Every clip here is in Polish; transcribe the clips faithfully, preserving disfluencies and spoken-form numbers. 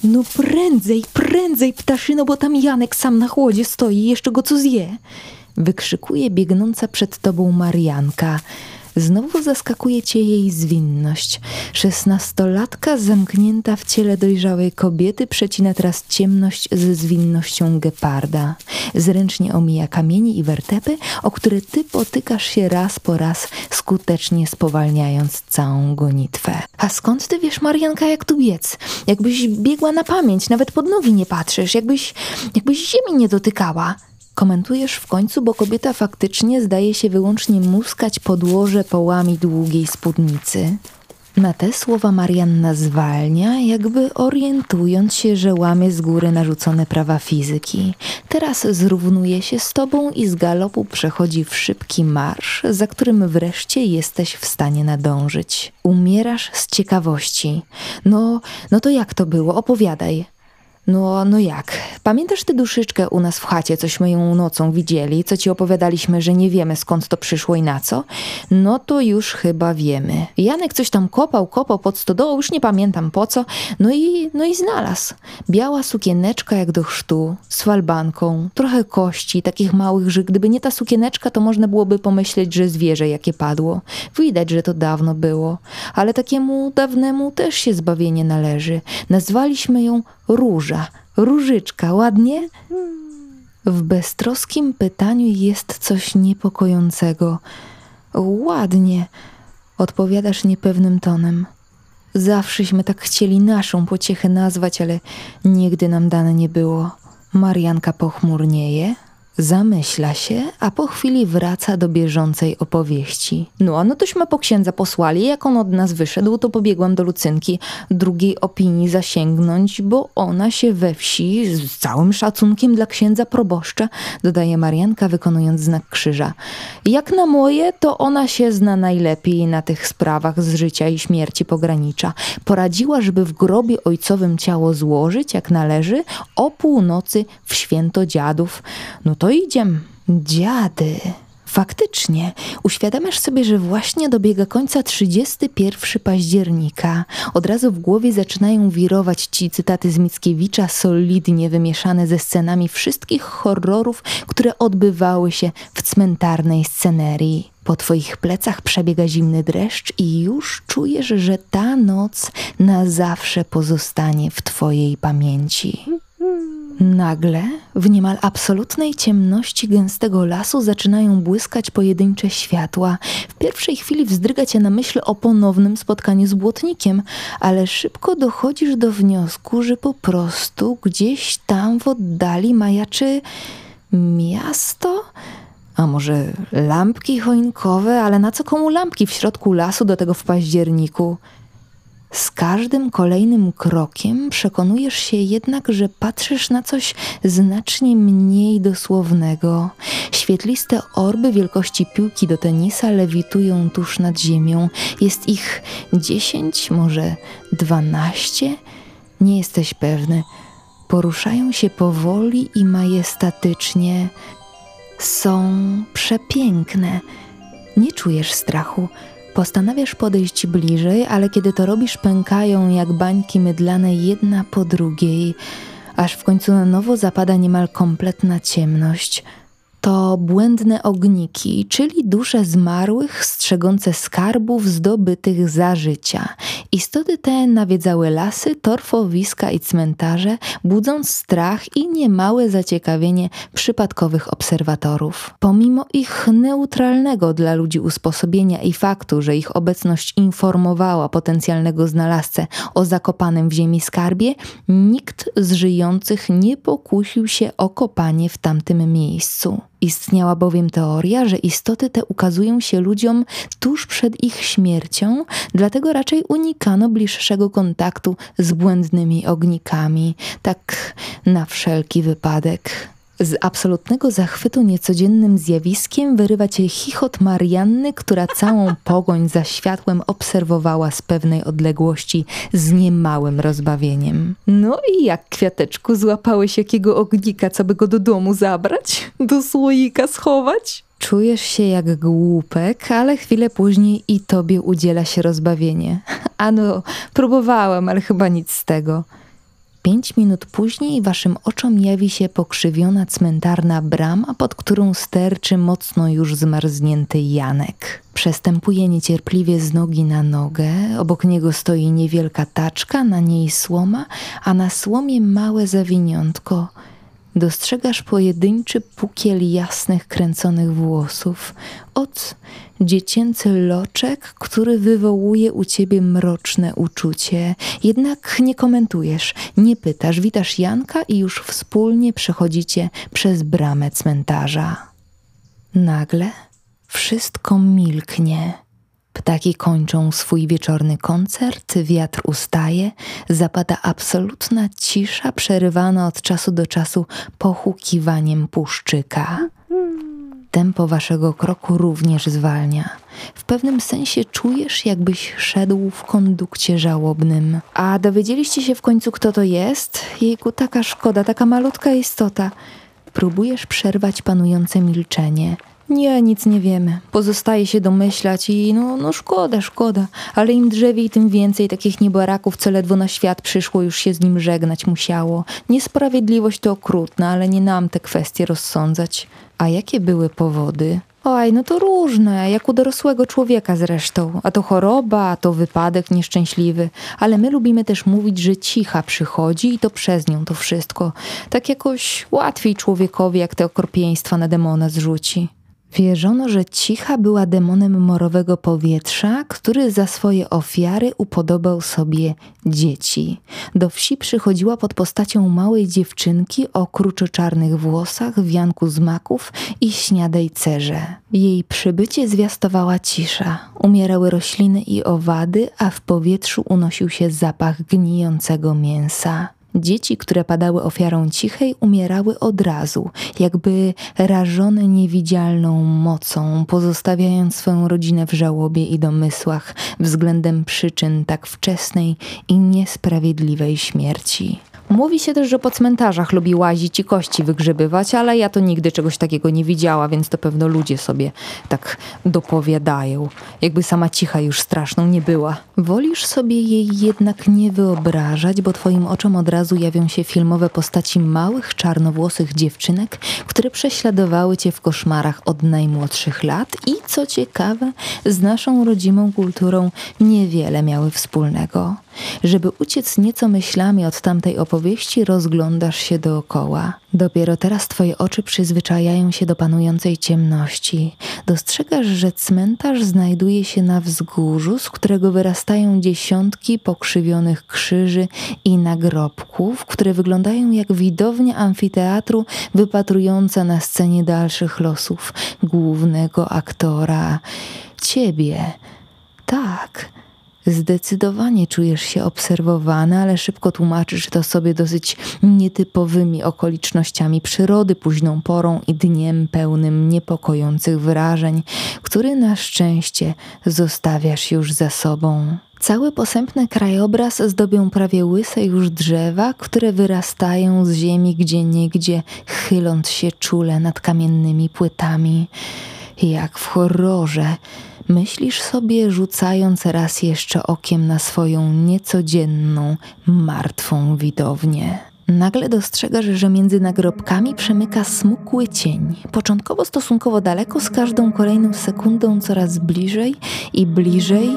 No prędzej, prędzej, ptaszyno, bo tam Janek sam na chłodzie stoi i jeszcze go co zje. Wykrzykuje biegnąca przed tobą Marianka. Znowu zaskakuje cię jej zwinność. Szesnastolatka zamknięta w ciele dojrzałej kobiety przecina teraz ciemność ze zwinnością geparda. Zręcznie omija kamienie i wertepy, o które ty potykasz się raz po raz, skutecznie spowalniając całą gonitwę. A skąd ty wiesz, Marianka, jak tu biec? Jakbyś biegła na pamięć, nawet pod nogi nie patrzysz, jakbyś, jakbyś ziemi nie dotykała. Komentujesz w końcu, bo kobieta faktycznie zdaje się wyłącznie muskać podłoże połami długiej spódnicy. Na te słowa Marianna zwalnia, jakby orientując się, że łamie z góry narzucone prawa fizyki. Teraz zrównuje się z tobą i z galopu przechodzi w szybki marsz, za którym wreszcie jesteś w stanie nadążyć. Umierasz z ciekawości. No, no to jak to było? Opowiadaj. No, no jak? Pamiętasz tę duszyczkę u nas w chacie, cośmy ją nocą widzieli, co ci opowiadaliśmy, że nie wiemy, skąd to przyszło i na co? No to już chyba wiemy. Janek coś tam kopał, kopał pod stodołą, już nie pamiętam po co, no i, no i znalazł. Biała sukieneczka jak do chrztu, z falbanką, trochę kości, takich małych, że gdyby nie ta sukieneczka, to można byłoby pomyśleć, że zwierzę jakie padło. Widać, że to dawno było, ale takiemu dawnemu też się zbawienie należy. Nazwaliśmy ją Róża. Różyczka, ładnie? W beztroskim pytaniu jest coś niepokojącego. Ładnie, odpowiadasz niepewnym tonem. Zawsześmy tak chcieli naszą pociechę nazwać, ale nigdy nam dane nie było. Marianka pochmurnieje, zamyśla się, a po chwili wraca do bieżącej opowieści. No, a no tośmy po księdza posłali, jak on od nas wyszedł, to pobiegłam do Lucynki drugiej opinii zasięgnąć, bo ona się we wsi, z całym szacunkiem dla księdza proboszcza, dodaje Marianka, wykonując znak krzyża. Jak na moje, to ona się zna najlepiej na tych sprawach z życia i śmierci pogranicza. Poradziła, żeby w grobie ojcowym ciało złożyć, jak należy, o północy w święto dziadów. No to idziem. Dziady. Faktycznie, uświadamiasz sobie, że właśnie dobiega końca trzydziestego pierwszego października. Od razu w głowie zaczynają wirować ci cytaty z Mickiewicza, solidnie wymieszane ze scenami wszystkich horrorów, które odbywały się w cmentarnej scenerii. Po twoich plecach przebiega zimny dreszcz i już czujesz, że ta noc na zawsze pozostanie w twojej pamięci. Nagle, w niemal absolutnej ciemności gęstego lasu zaczynają błyskać pojedyncze światła. W pierwszej chwili wzdryga cię na myśl o ponownym spotkaniu z błotnikiem, ale szybko dochodzisz do wniosku, że po prostu gdzieś tam w oddali majaczy miasto? A może lampki choinkowe? Ale na co komu lampki w środku lasu, do tego w październiku? Z każdym kolejnym krokiem przekonujesz się jednak, że patrzysz na coś znacznie mniej dosłownego. Świetliste orby wielkości piłki do tenisa lewitują tuż nad ziemią. Jest ich dziesięć, może dwanaście? Nie jesteś pewny. Poruszają się powoli i majestatycznie. Są przepiękne. Nie czujesz strachu. Postanawiasz podejść bliżej, ale kiedy to robisz, pękają jak bańki mydlane jedna po drugiej, aż w końcu na nowo zapada niemal kompletna ciemność. To błędne ogniki, czyli dusze zmarłych strzegące skarbów zdobytych za życia. Istoty te nawiedzały lasy, torfowiska i cmentarze, budząc strach i niemałe zaciekawienie przypadkowych obserwatorów. Pomimo ich neutralnego dla ludzi usposobienia i faktu, że ich obecność informowała potencjalnego znalazcę o zakopanym w ziemi skarbie, nikt z żyjących nie pokusił się o kopanie w tamtym miejscu. Istniała bowiem teoria, że istoty te ukazują się ludziom tuż przed ich śmiercią, dlatego raczej unikano bliższego kontaktu z błędnymi ognikami, tak na wszelki wypadek. Z absolutnego zachwytu niecodziennym zjawiskiem wyrywa cię chichot Marianny, która całą pogoń za światłem obserwowała z pewnej odległości z niemałym rozbawieniem. No i jak, kwiateczku, złapałeś jakiego ognika, co by go do domu zabrać? Do słoika schować? Czujesz się jak głupek, ale chwilę później i tobie udziela się rozbawienie. Ano, próbowałem, ale chyba nic z tego. Pięć minut później waszym oczom jawi się pokrzywiona cmentarna brama, pod którą sterczy mocno już zmarznięty Janek. Przestępuje niecierpliwie z nogi na nogę, obok niego stoi niewielka taczka, na niej słoma, a na słomie małe zawiniątko. Dostrzegasz pojedynczy pukiel jasnych, kręconych włosów. Ot, dziecięcy loczek, który wywołuje u ciebie mroczne uczucie. Jednak nie komentujesz, nie pytasz, witasz Janka i już wspólnie przechodzicie przez bramę cmentarza. Nagle wszystko milknie. Ptaki kończą swój wieczorny koncert, wiatr ustaje, zapada absolutna cisza przerywana od czasu do czasu pochukiwaniem puszczyka. Tempo waszego kroku również zwalnia. W pewnym sensie czujesz, jakbyś szedł w kondukcie żałobnym. A dowiedzieliście się w końcu, kto to jest? Jejku, taka szkoda, taka malutka istota. Próbujesz przerwać panujące milczenie. Nie, nic nie wiemy. Pozostaje się domyślać i no, no szkoda, szkoda. Ale im drzewiej, tym więcej takich niebaraków, co ledwo na świat przyszło, już się z nim żegnać musiało. Niesprawiedliwość to okrutna, ale nie nam te kwestie rozsądzać. A jakie były powody? Oj, no to różne, jak u dorosłego człowieka zresztą. A to choroba, a to wypadek nieszczęśliwy. Ale my lubimy też mówić, że cicha przychodzi i to przez nią to wszystko. Tak jakoś łatwiej człowiekowi, jak te okropieństwa na demona zrzuci. Wierzono, że cicha była demonem morowego powietrza, który za swoje ofiary upodobał sobie dzieci. Do wsi przychodziła pod postacią małej dziewczynki o kruczo-czarnych włosach, wianku z maków i śniadej cerze. Jej przybycie zwiastowała cisza. Umierały rośliny i owady, a w powietrzu unosił się zapach gnijącego mięsa. Dzieci, które padały ofiarą cichej, umierały od razu, jakby rażone niewidzialną mocą, pozostawiając swoją rodzinę w żałobie i domysłach względem przyczyn tak wczesnej i niesprawiedliwej śmierci. Mówi się też, że po cmentarzach lubi łazić i kości wygrzebywać, ale ja to nigdy czegoś takiego nie widziała, więc to pewno ludzie sobie tak dopowiadają. Jakby sama cicha już straszną nie była. Wolisz sobie jej jednak nie wyobrażać, bo twoim oczom od razu jawią się filmowe postaci małych, czarnowłosych dziewczynek, które prześladowały cię w koszmarach od najmłodszych lat i, co ciekawe, z naszą rodzimą kulturą niewiele miały wspólnego. Żeby uciec nieco myślami od tamtej opowieści, rozglądasz się dookoła. Dopiero teraz twoje oczy przyzwyczajają się do panującej ciemności. Dostrzegasz, że cmentarz znajduje się na wzgórzu, z którego wyrastają dziesiątki pokrzywionych krzyży i nagrobków, które wyglądają jak widownia amfiteatru wypatrująca na scenie dalszych losów głównego aktora. Ciebie. Tak. Zdecydowanie czujesz się obserwowana, ale szybko tłumaczysz to sobie dosyć nietypowymi okolicznościami przyrody, późną porą i dniem pełnym niepokojących wrażeń, który na szczęście zostawiasz już za sobą. Cały posępny krajobraz zdobią prawie łyse już drzewa, które wyrastają z ziemi gdzieniegdzie, chyląc się czule nad kamiennymi płytami. Jak w horrorze. Myślisz sobie, rzucając raz jeszcze okiem na swoją niecodzienną, martwą widownię. Nagle dostrzegasz, że między nagrobkami przemyka smukły cień. Początkowo stosunkowo daleko, z każdą kolejną sekundą coraz bliżej i bliżej.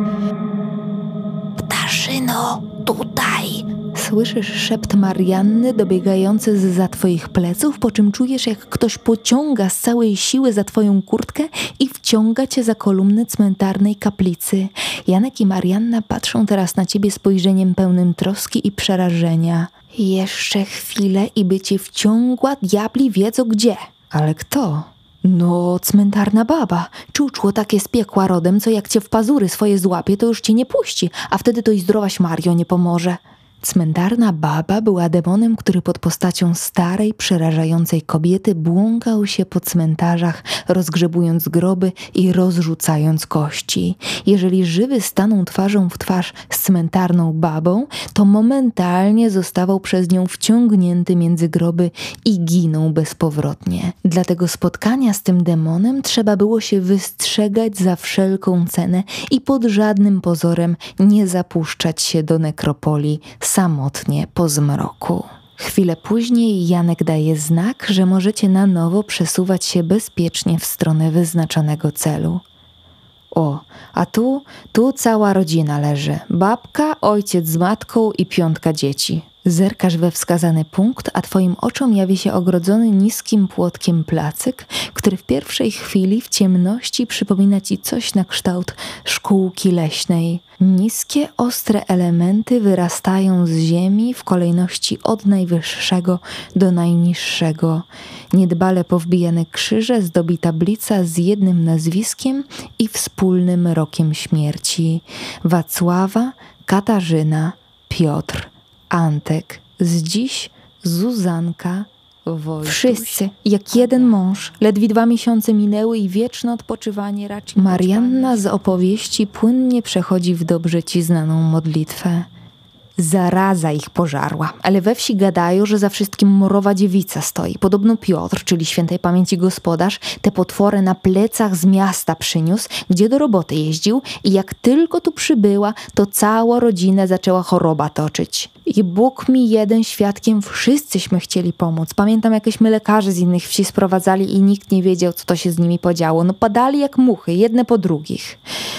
Ptaszyno, tutaj! Słyszysz szept Marianny dobiegający zza twoich pleców, po czym czujesz, jak ktoś pociąga z całej siły za twoją kurtkę i wciąga cię za kolumnę cmentarnej kaplicy. Janek i Marianna patrzą teraz na ciebie spojrzeniem pełnym troski i przerażenia. Jeszcze chwilę i by cię wciągła, diabli wiedzą gdzie. Ale kto? No, cmentarna baba. Czuczło takie z piekła rodem, co jak cię w pazury swoje złapie, to już cię nie puści, a wtedy to i zdrowaś Mario nie pomoże. Cmentarna baba była demonem, który pod postacią starej, przerażającej kobiety błąkał się po cmentarzach, rozgrzebując groby i rozrzucając kości. Jeżeli żywy stanął twarzą w twarz z cmentarną babą, to momentalnie zostawał przez nią wciągnięty między groby i ginął bezpowrotnie. Dla tego spotkania z tym demonem trzeba było się wystrzegać za wszelką cenę i pod żadnym pozorem nie zapuszczać się do nekropolii samotnie po zmroku. Chwilę później Janek daje znak, że możecie na nowo przesuwać się bezpiecznie w stronę wyznaczonego celu. O, a tu, tu cała rodzina leży. Babka, ojciec z matką i piątka dzieci. Zerkasz we wskazany punkt, a twoim oczom jawi się ogrodzony niskim płotkiem placyk, który w pierwszej chwili w ciemności przypomina ci coś na kształt szkółki leśnej. Niskie, ostre elementy wyrastają z ziemi w kolejności od najwyższego do najniższego. Niedbale powbijane krzyże zdobi tablica z jednym nazwiskiem i wspólnym rokiem śmierci. Wacława, Katarzyna, Piotr, Antek, z dziś Zuzanka, Wojtuś. Wszyscy, jak jeden mąż, ledwie dwa miesiące minęły i wieczne odpoczywanie raczej... Marianna z opowieści płynnie przechodzi w dobrze ci znaną modlitwę. Zaraza ich pożarła, ale we wsi gadają, że za wszystkim morowa dziewica stoi. Podobno Piotr, czyli świętej pamięci gospodarz, te potwory na plecach z miasta przyniósł, gdzie do roboty jeździł i jak tylko tu przybyła, to cała rodzina zaczęła choroba toczyć. I Bóg mi jeden świadkiem, wszyscyśmy chcieli pomóc. Pamiętam, jakieśmy lekarze z innych wsi sprowadzali i nikt nie wiedział, co to się z nimi podziało. No padali jak muchy, jedne po drugich.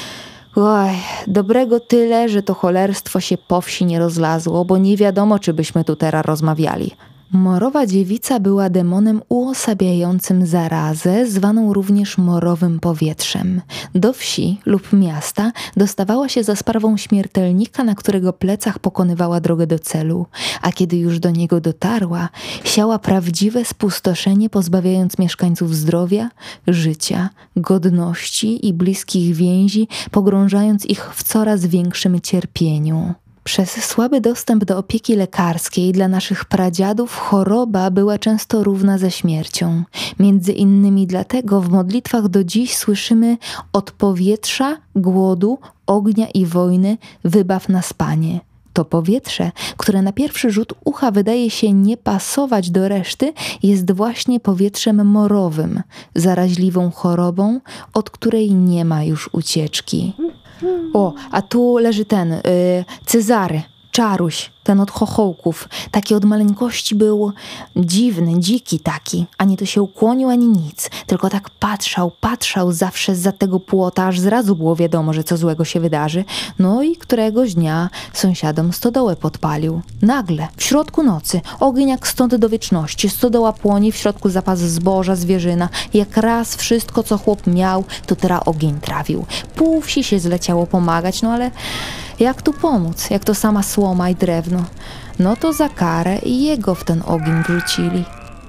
Oj, dobrego tyle, że to cholerstwo się po wsi nie rozlazło, bo nie wiadomo, czy byśmy tu teraz rozmawiali. Morowa dziewica była demonem uosabiającym zarazę, zwaną również morowym powietrzem. Do wsi lub miasta dostawała się za sprawą śmiertelnika, na którego plecach pokonywała drogę do celu, a kiedy już do niego dotarła, siała prawdziwe spustoszenie, pozbawiając mieszkańców zdrowia, życia, godności i bliskich więzi, pogrążając ich w coraz większym cierpieniu. Przez słaby dostęp do opieki lekarskiej dla naszych pradziadów choroba była często równa ze śmiercią. Między innymi dlatego w modlitwach do dziś słyszymy: od powietrza, głodu, ognia i wojny wybaw nas, Panie. To powietrze, które na pierwszy rzut ucha wydaje się nie pasować do reszty, jest właśnie powietrzem morowym, zaraźliwą chorobą, od której nie ma już ucieczki. O, a tu leży ten, yy, Cezary, Czaruś, ten od chochołków. Taki od maleńkości był dziwny, dziki taki. Ani to się ukłonił, ani nic. Tylko tak patrzał, patrzał zawsze zza tego płota, aż zrazu było wiadomo, że co złego się wydarzy. No i któregoś dnia sąsiadom stodołę podpalił. Nagle, w środku nocy, ogień jak stąd do wieczności. Stodoła płonie, w środku zapas zboża, zwierzyna. Jak raz wszystko, co chłop miał, to teraz ogień trawił. Pół wsi się zleciało pomagać, no ale jak tu pomóc, jak to sama słoma i drewno? No to za karę i jego w ten ogień wrzucili.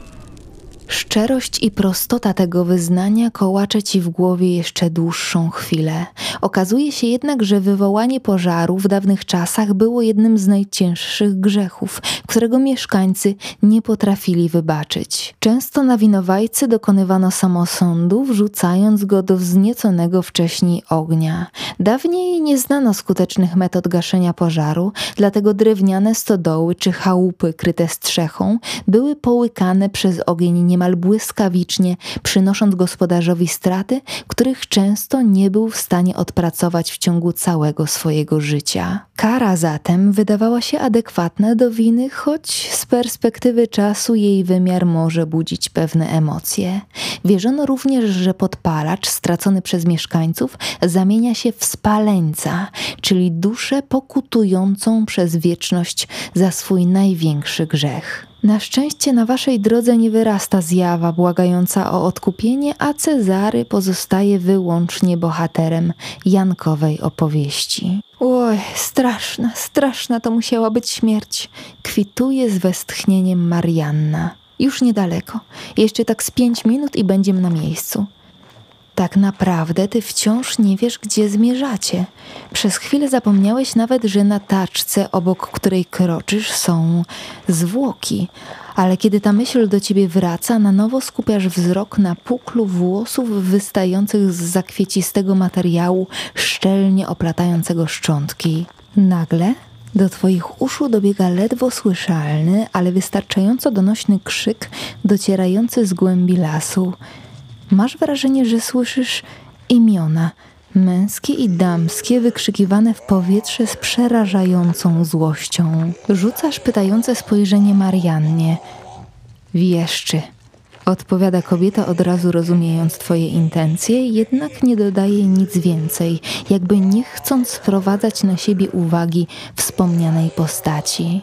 Szczerość i prostota tego wyznania kołacze ci w głowie jeszcze dłuższą chwilę. Okazuje się jednak, że wywołanie pożaru w dawnych czasach było jednym z najcięższych grzechów, którego mieszkańcy nie potrafili wybaczyć. Często na winowajcy dokonywano samosądu, wrzucając go do wznieconego wcześniej ognia. Dawniej nie znano skutecznych metod gaszenia pożaru, dlatego drewniane stodoły czy chałupy kryte strzechą były połykane przez ogień niemal błyskawicznie, przynosząc gospodarzowi straty, których często nie był w stanie odpracować w ciągu całego swojego życia. Kara zatem wydawała się adekwatna do winy, choć z perspektywy czasu jej wymiar może budzić pewne emocje. Wierzono również, że podpalacz stracony przez mieszkańców zamienia się w spaleńca, czyli duszę pokutującą przez wieczność za swój największy grzech. Na szczęście na waszej drodze nie wyrasta zjawa błagająca o odkupienie, a Cezary pozostaje wyłącznie bohaterem Jankowej opowieści. Oj, straszna, straszna to musiała być śmierć. Kwituje z westchnieniem Marianna. Już niedaleko. Jeszcze tak z pięć minut i będziemy na miejscu. Tak naprawdę ty wciąż nie wiesz, gdzie zmierzacie. Przez chwilę zapomniałeś nawet, że na taczce, obok której kroczysz, są zwłoki. Ale kiedy ta myśl do ciebie wraca, na nowo skupiasz wzrok na puklu włosów wystających z zakwiecistego materiału, szczelnie oplatającego szczątki. Nagle do twoich uszu dobiega ledwo słyszalny, ale wystarczająco donośny krzyk docierający z głębi lasu. Masz wrażenie, że słyszysz imiona, Męskie i damskie, wykrzykiwane w powietrze z przerażającą złością. Rzucasz pytające spojrzenie Mariannie. Wieszczy. Odpowiada kobieta, od razu rozumiejąc twoje intencje, jednak nie dodaje nic więcej, jakby nie chcąc sprowadzać na siebie uwagi wspomnianej postaci.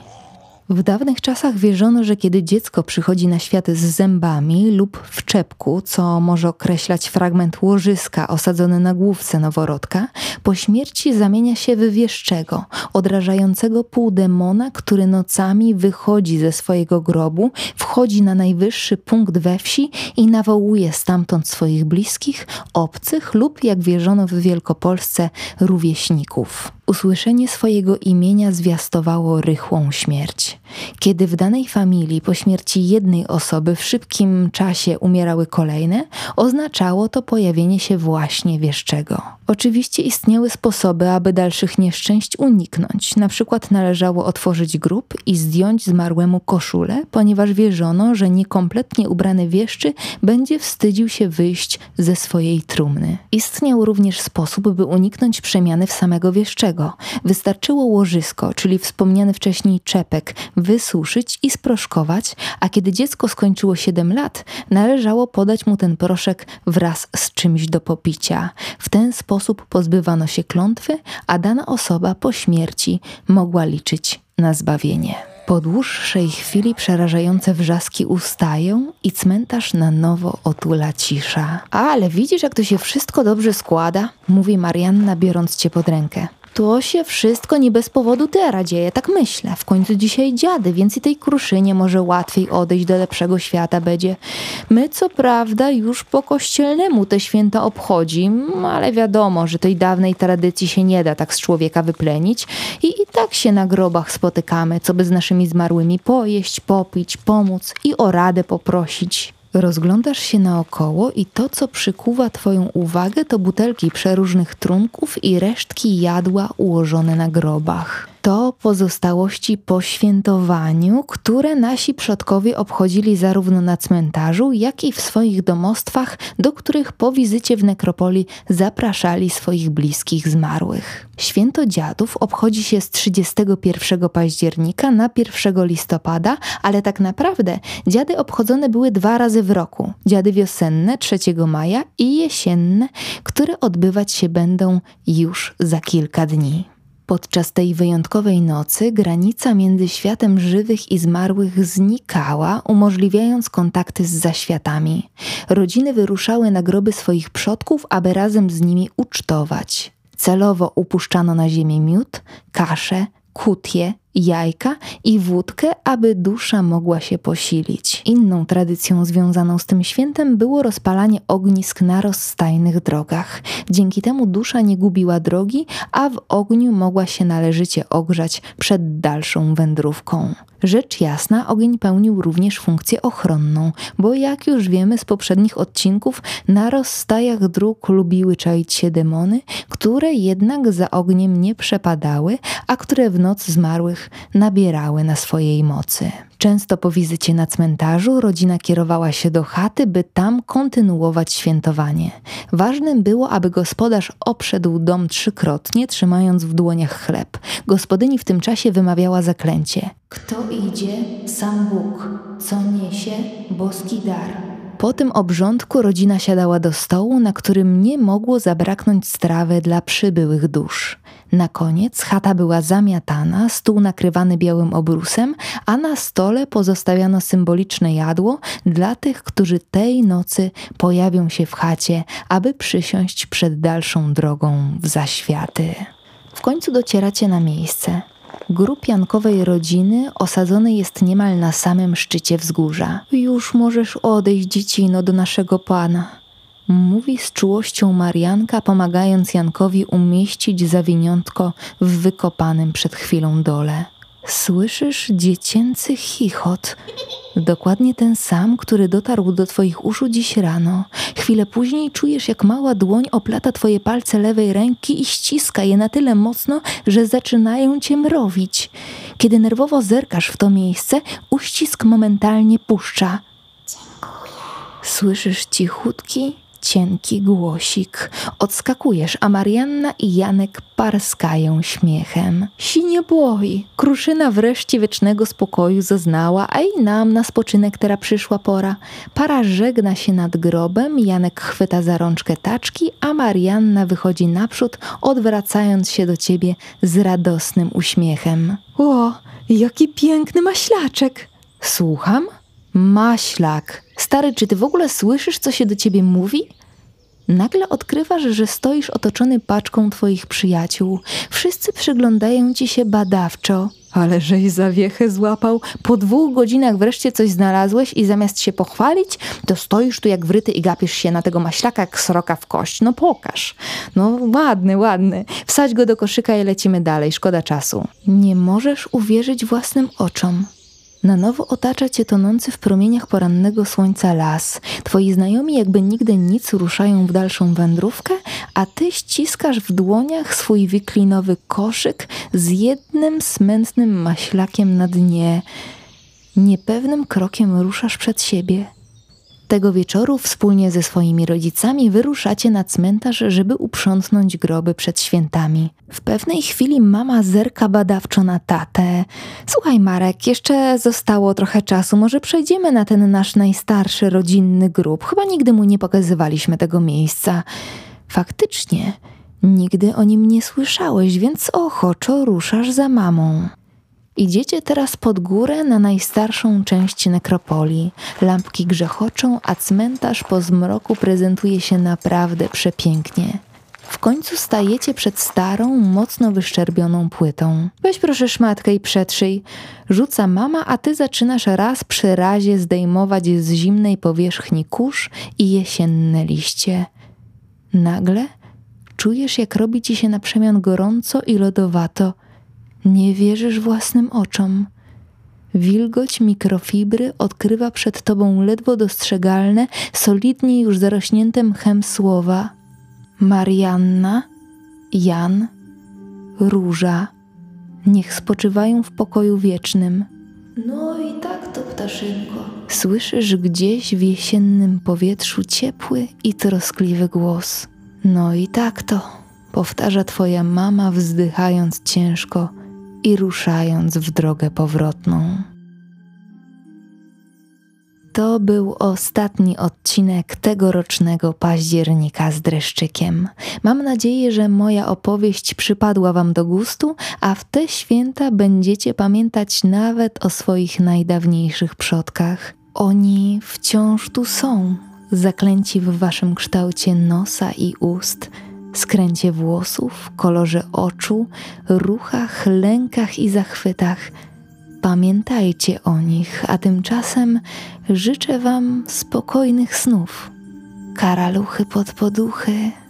W dawnych czasach wierzono, że kiedy dziecko przychodzi na świat z zębami lub w czepku, co może określać fragment łożyska osadzony na główce noworodka, po śmierci zamienia się w wieszczego, odrażającego półdemona, który nocami wychodzi ze swojego grobu, wchodzi na najwyższy punkt we wsi i nawołuje stamtąd swoich bliskich, obcych lub, jak wierzono w Wielkopolsce, rówieśników. Usłyszenie swojego imienia zwiastowało rychłą śmierć. Kiedy w danej familii po śmierci jednej osoby w szybkim czasie umierały kolejne, oznaczało to pojawienie się właśnie wieszczego. Oczywiście istniały sposoby, aby dalszych nieszczęść uniknąć. Na przykład należało otworzyć grób i zdjąć zmarłemu koszulę, ponieważ wierzono, że niekompletnie ubrany wieszczy będzie wstydził się wyjść ze swojej trumny. Istniał również sposób, by uniknąć przemiany w samego wieszczego. Wystarczyło łożysko, czyli wspomniany wcześniej czepek, wysuszyć i sproszkować, a kiedy dziecko skończyło siedem lat, należało podać mu ten proszek wraz z czymś do popicia. W ten sposób pozbywano się klątwy, a dana osoba po śmierci mogła liczyć na zbawienie. Po dłuższej chwili przerażające wrzaski ustają i cmentarz na nowo otula cisza. Ale widzisz, jak to się wszystko dobrze składa? Mówi Marianna, biorąc cię pod rękę. To się wszystko nie bez powodu teraz dzieje, tak myślę. W końcu dzisiaj dziady, więc i tej kruszynie może łatwiej odejść do lepszego świata będzie. My co prawda już po kościelnemu te święta obchodzim, ale wiadomo, że tej dawnej tradycji się nie da tak z człowieka wyplenić i i tak się na grobach spotykamy, co by z naszymi zmarłymi pojeść, popić, pomóc i o radę poprosić. Rozglądasz się naokoło i to, co przykuwa twoją uwagę, to butelki przeróżnych trunków i resztki jadła ułożone na grobach. To pozostałości po świętowaniu, które nasi przodkowie obchodzili zarówno na cmentarzu, jak i w swoich domostwach, do których po wizycie w nekropolii zapraszali swoich bliskich zmarłych. Święto dziadów obchodzi się z trzydziestego pierwszego października na pierwszego listopada, ale tak naprawdę dziady obchodzone były dwa razy w roku. Dziady wiosenne trzeciego maja i jesienne, które odbywać się będą już za kilka dni. Podczas tej wyjątkowej nocy granica między światem żywych i zmarłych znikała, umożliwiając kontakty z zaświatami. Rodziny wyruszały na groby swoich przodków, aby razem z nimi ucztować. Celowo upuszczano na ziemię miód, kaszę, kutie, jajka i wódkę, aby dusza mogła się posilić. Inną tradycją związaną z tym świętem było rozpalanie ognisk na rozstajnych drogach. Dzięki temu dusza nie gubiła drogi, a w ogniu mogła się należycie ogrzać przed dalszą wędrówką. Rzecz jasna, ogień pełnił również funkcję ochronną, bo jak już wiemy z poprzednich odcinków, na rozstajach dróg lubiły czaić się demony, które jednak za ogniem nie przepadały, a które w noc zmarłych nabierały na swojej mocy. Często po wizycie na cmentarzu rodzina kierowała się do chaty, by tam kontynuować świętowanie. Ważnym było, aby gospodarz obszedł dom trzykrotnie, trzymając w dłoniach chleb. Gospodyni w tym czasie wymawiała zaklęcie. Kto idzie, sam Bóg, co niesie, boski dar. Po tym obrządku rodzina siadała do stołu, na którym nie mogło zabraknąć strawy dla przybyłych dusz. Na koniec chata była zamiatana, stół nakrywany białym obrusem, a na stole pozostawiano symboliczne jadło dla tych, którzy tej nocy pojawią się w chacie, aby przysiąść przed dalszą drogą w zaświaty. W końcu docieracie na miejsce. Grób Jankowej rodziny osadzony jest niemal na samym szczycie wzgórza. Już możesz odejść, dziecino, do naszego Pana. Mówi z czułością Marianka, pomagając Jankowi umieścić zawiniątko w wykopanym przed chwilą dole. Słyszysz dziecięcy chichot. Dokładnie ten sam, który dotarł do twoich uszu dziś rano. Chwilę później czujesz, jak mała dłoń oplata twoje palce lewej ręki i ściska je na tyle mocno, że zaczynają cię mrowić. Kiedy nerwowo zerkasz w to miejsce, uścisk momentalnie puszcza. Słyszysz cichutki, cienki głosik. Odskakujesz, a Marianna i Janek parskają śmiechem. Si nie boi. Kruszyna wreszcie wiecznego spokoju zaznała, a i nam na spoczynek teraz przyszła pora. Para żegna się nad grobem, Janek chwyta za rączkę taczki, a Marianna wychodzi naprzód, odwracając się do ciebie z radosnym uśmiechem. O, jaki piękny maślaczek! Słucham? Maślak. Stary, czy ty w ogóle słyszysz, co się do ciebie mówi? Nagle odkrywasz, że stoisz otoczony paczką twoich przyjaciół. Wszyscy przyglądają ci się badawczo. Ale żeś zawiechę złapał. Po dwóch godzinach wreszcie coś znalazłeś i zamiast się pochwalić, to stoisz tu jak wryty i gapisz się na tego maślaka jak sroka w kość. No pokaż. No ładny, ładny. Wsadź go do koszyka i lecimy dalej. Szkoda czasu. Nie możesz uwierzyć własnym oczom. Na nowo otacza cię tonący w promieniach porannego słońca las. Twoi znajomi jakby nigdy nic ruszają w dalszą wędrówkę, a ty ściskasz w dłoniach swój wiklinowy koszyk z jednym smętnym maślakiem na dnie. Niepewnym krokiem ruszasz przed siebie. Tego wieczoru wspólnie ze swoimi rodzicami wyruszacie na cmentarz, żeby uprzątnąć groby przed świętami. W pewnej chwili mama zerka badawczo na tatę. Słuchaj, Marek, jeszcze zostało trochę czasu, może przejdziemy na ten nasz najstarszy rodzinny grób. Chyba nigdy mu nie pokazywaliśmy tego miejsca. Faktycznie, nigdy o nim nie słyszałeś, więc ochoczo ruszasz za mamą. Idziecie teraz pod górę na najstarszą część nekropolii. Lampki grzechoczą, a cmentarz po zmroku prezentuje się naprawdę przepięknie. W końcu stajecie przed starą, mocno wyszczerbioną płytą. Weź proszę szmatkę i przetrzyj. Rzuca mama, a ty zaczynasz raz przy razie zdejmować z zimnej powierzchni kurz i jesienne liście. Nagle czujesz, jak robi ci się na przemian gorąco i lodowato. Nie wierzysz własnym oczom. Wilgoć mikrofibry odkrywa przed tobą ledwo dostrzegalne, solidnie już zarośnięte mchem słowa. Marianna, Jan, Róża, niech spoczywają w pokoju wiecznym. No i tak to, ptaszynko. Słyszysz gdzieś w jesiennym powietrzu ciepły i troskliwy głos. No i tak to, powtarza twoja mama, wzdychając ciężko i ruszając w drogę powrotną. To był ostatni odcinek tegorocznego października z dreszczykiem. Mam nadzieję, że moja opowieść przypadła wam do gustu, a w te święta będziecie pamiętać nawet o swoich najdawniejszych przodkach. Oni wciąż tu są, zaklęci w waszym kształcie nosa i ust, skręcie włosów, kolorze oczu, ruchach, lękach i zachwytach. Pamiętajcie o nich, a tymczasem życzę wam spokojnych snów. Karaluchy pod poduchy.